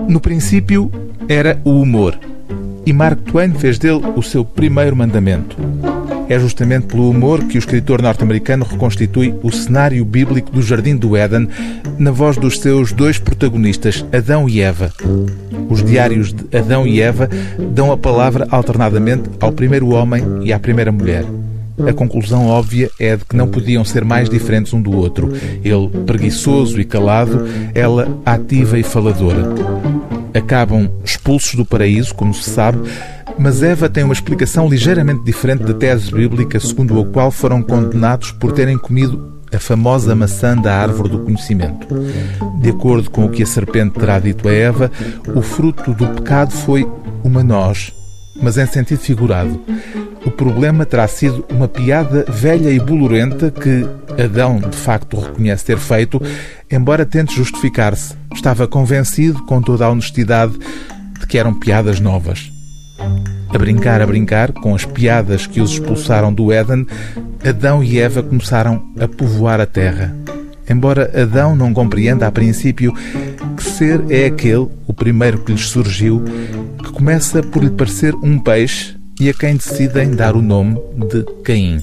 No princípio, era o humor. E Mark Twain fez dele o seu primeiro mandamento. É justamente pelo humor que o escritor norte-americano reconstitui o cenário bíblico do Jardim do Éden na voz dos seus dois protagonistas, Adão e Eva. Os diários de Adão e Eva dão a palavra alternadamente ao primeiro homem e à primeira mulher. A conclusão óbvia é de que não podiam ser mais diferentes um do outro. Ele preguiçoso e calado, ela ativa e faladora. Acabam expulsos do paraíso, como se sabe, mas Eva tem uma explicação ligeiramente diferente da tese bíblica segundo a qual foram condenados por terem comido a famosa maçã da árvore do conhecimento. De acordo com o que a serpente terá dito a Eva, o fruto do pecado foi uma noz, mas em sentido figurado. O problema terá sido uma piada velha e bolorenta que Adão, de facto, reconhece ter feito, embora tente justificar-se. Estava convencido, com toda a honestidade, de que eram piadas novas. A brincar, com as piadas que os expulsaram do Éden, Adão e Eva começaram a povoar a terra. Embora Adão não compreenda a princípio que ser é aquele, o primeiro que lhes surgiu, que começa por lhe parecer um peixe e a quem decidem dar o nome de Caim.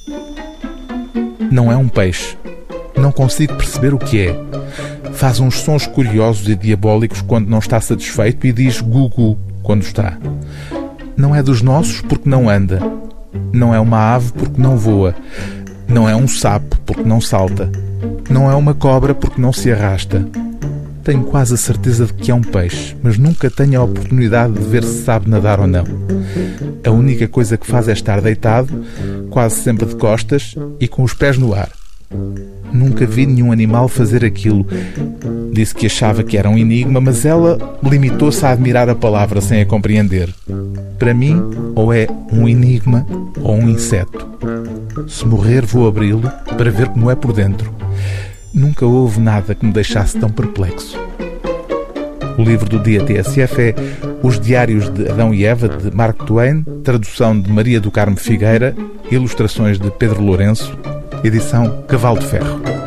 Não é um peixe. Não consigo perceber o que é. Faz uns sons curiosos e diabólicos quando não está satisfeito e diz gugu quando está. Não é dos nossos porque não anda. Não é uma ave porque não voa. Não é um sapo porque não salta. Não é uma cobra porque não se arrasta. Tenho quase a certeza de que é um peixe, mas nunca tenho a oportunidade de ver se sabe nadar ou não. A única coisa que faz é estar deitado, quase sempre de costas e com os pés no ar. Nunca vi nenhum animal fazer aquilo. Disse que achava que era um enigma, mas ela limitou-se a admirar a palavra sem a compreender. Para mim, ou é um enigma ou um inseto. Se morrer, vou abri-lo para ver como é por dentro. Nunca houve nada que me deixasse tão perplexo. O livro do dia TSF é Os Diários de Adão e Eva, de Mark Twain, tradução de Maria do Carmo Figueira, ilustrações de Pedro Lourenço, edição Cavalo de Ferro.